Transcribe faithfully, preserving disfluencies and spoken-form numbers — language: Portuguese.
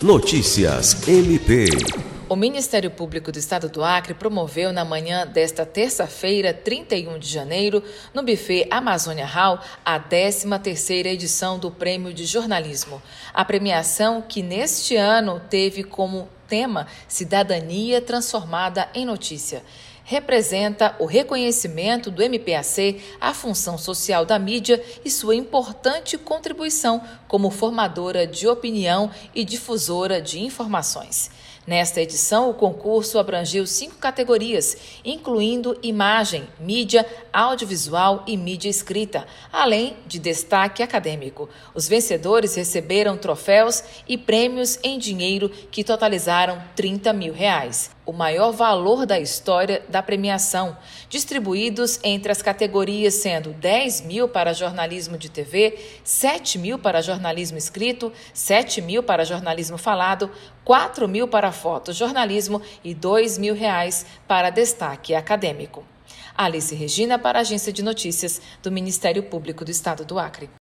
Notícias M P. O Ministério Público do Estado do Acre promoveu na manhã desta terça-feira, trinta e um de janeiro, no buffet Amazônia Hall, a décima terceira edição do Prêmio de Jornalismo. A premiação, que neste ano teve como tema Cidadania Transformada em Notícia, representa o reconhecimento do M P A C à função social da mídia e sua importante contribuição como formadora de opinião e difusora de informações. Nesta edição, o concurso abrangeu cinco categorias, incluindo imagem, mídia, audiovisual e mídia escrita, além de destaque acadêmico. Os vencedores receberam troféus e prêmios em dinheiro que totalizaram trinta mil reais. O maior valor da história da premiação, distribuídos entre as categorias sendo dez mil para jornalismo de T V, sete mil para jornalismo escrito, sete mil para jornalismo falado, quatro mil para fotojornalismo e dois mil reais para destaque acadêmico. Alice Regina para a Agência de Notícias do Ministério Público do Estado do Acre.